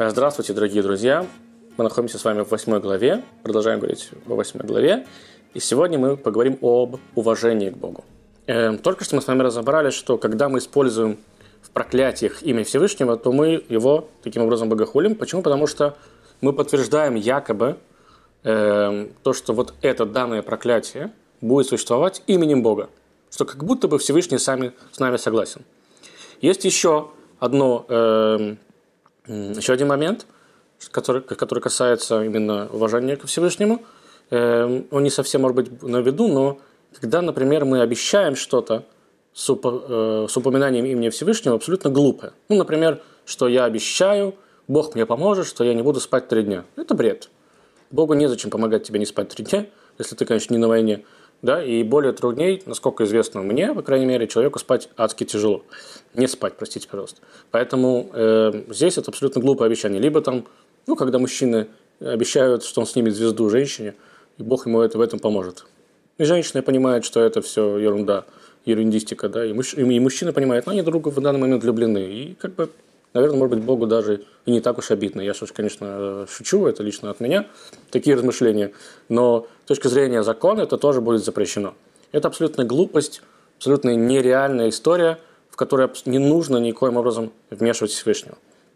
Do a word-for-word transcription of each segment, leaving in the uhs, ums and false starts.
Здравствуйте, дорогие друзья! Мы находимся с вами в восьмой главе, продолжаем говорить о восьмой главе, и сегодня мы поговорим об уважении к Богу. Только что мы с вами разобрали, что когда мы используем в проклятиях имя Всевышнего, то мы его таким образом богохулим. Почему? Потому что мы подтверждаем якобы э, то, что вот это данное проклятие будет существовать именем Бога, что как будто бы Всевышний сами, с нами согласен. Есть еще одно... Э, Еще один момент, который, который касается именно уважения к Всевышнему. Он не совсем может быть на виду, но когда, например, мы обещаем что-то с, уп... с упоминанием имени Всевышнего, абсолютно глупое. Ну, например, что я обещаю, Бог мне поможет, что я не буду спать три дня. Это бред. Богу незачем помогать тебе не спать три дня, если ты, конечно, не на войне. Да? И более трех дней, насколько известно мне, по крайней мере, человеку спать адски тяжело. Не спать, простите, пожалуйста. Поэтому э, здесь это абсолютно глупое обещание. Либо там, ну, когда мужчины обещают, что он снимет звезду женщине, и Бог ему это, в этом поможет. И женщина понимает, что это все ерунда, ерундистика, да, и, муж, и мужчина понимает, ну, они друг друга в данный момент влюблены. И как бы, наверное, может быть, Богу даже и не так уж обидно. Я, конечно, шучу, это лично от меня, такие размышления. Но с точки зрения закона это тоже будет запрещено. Это абсолютная глупость, абсолютно нереальная история, в которой не нужно никоим образом вмешивать Всевышнего.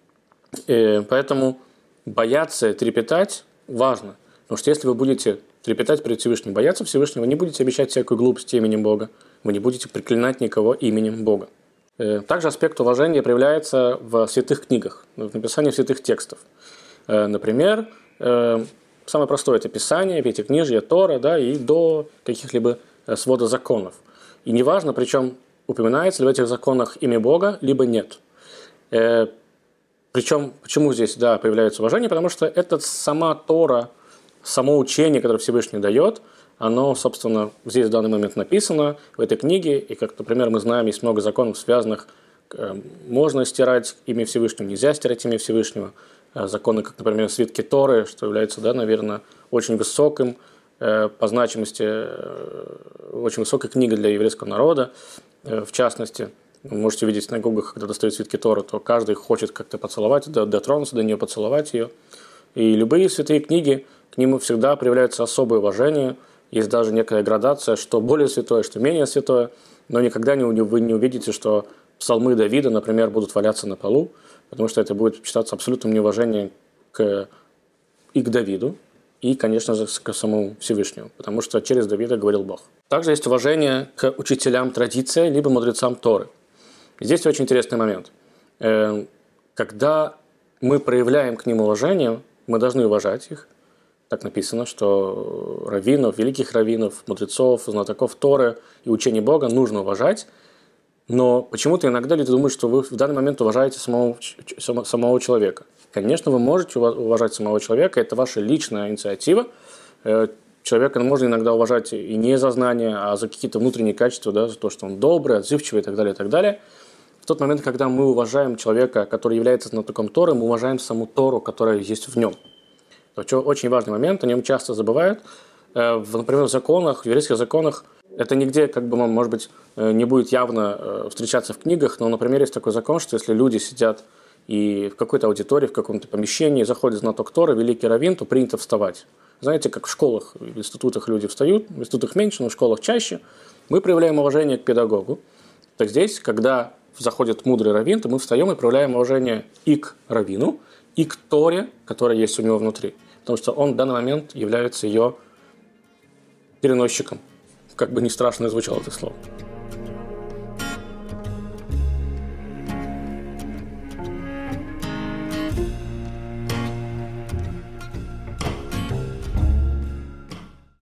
И поэтому бояться, трепетать важно. Потому что если вы будете трепетать перед Всевышним, бояться Всевышнего, вы не будете обещать всякую глупость именем Бога, вы не будете проклинать никого именем Бога. Также аспект уважения проявляется в святых книгах, в написании святых текстов. Например, самое простое – это Писание, Пятикнижие, Тора, да, и до каких-либо свода законов. И неважно, причем упоминается ли в этих законах имя Бога, либо нет. Э, причем, почему здесь, да, появляется уважение? Потому что это сама Тора, само учение, которое Всевышний дает, оно, собственно, здесь в данный момент написано, в этой книге, и, как, например, мы знаем, есть много законов, связанных, э, можно стирать имя Всевышнего, нельзя стирать имя Всевышнего. Э, законы, как, например, свитки Торы, что является, да, наверное, очень высоким э, по значимости, э, очень высокой книгой для еврейского народа. В частности, вы можете увидеть в синагогах, когда достают свитки Торы, то каждый хочет как-то поцеловать, дотронуться до нее, поцеловать ее. И любые святые книги, к ним всегда проявляется особое уважение. Есть даже некая градация, что более святое, что менее святое. Но никогда не, вы не увидите, что псалмы Давида, например, будут валяться на полу, потому что это будет считаться абсолютным неуважением к, и к Давиду, и, конечно же, к самому Всевышнему, потому что через Давида говорил Бог. Также есть уважение к учителям традиции, либо мудрецам Торы. Здесь очень интересный момент. Когда мы проявляем к ним уважение, мы должны уважать их. Так написано, что раввинов, великих раввинов, мудрецов, знатоков Торы и учения Бога нужно уважать. Но почему-то иногда люди думают, что вы в данный момент уважаете самого, самого человека. Конечно, вы можете уважать самого человека, это ваша личная инициатива. Человека можно иногда уважать и не за знания, а за какие-то внутренние качества, да, за то, что он добрый, отзывчивый и так далее, и так далее. В тот момент, когда мы уважаем человека, который является знатоком Торы, мы уважаем саму Тору, которая есть в нем. Это очень важный момент, о нем часто забывают. Например, в законах, в еврейских законах, это нигде, как бы, может быть, не будет явно встречаться в книгах, но, например, есть такой закон, что если люди сидят и в какой-то аудитории, в каком-то помещении заходит знаток Торы, великий раввин, то принято вставать. Знаете, как в школах, в институтах люди встают, в институтах меньше, но в школах чаще. Мы проявляем уважение к педагогу. Так здесь, когда заходит мудрый раввин, то мы встаем и проявляем уважение и к раввину, и к Торе, которая есть у него внутри. Потому что он в данный момент является ее переносчиком. Как бы ни страшно звучало это слово.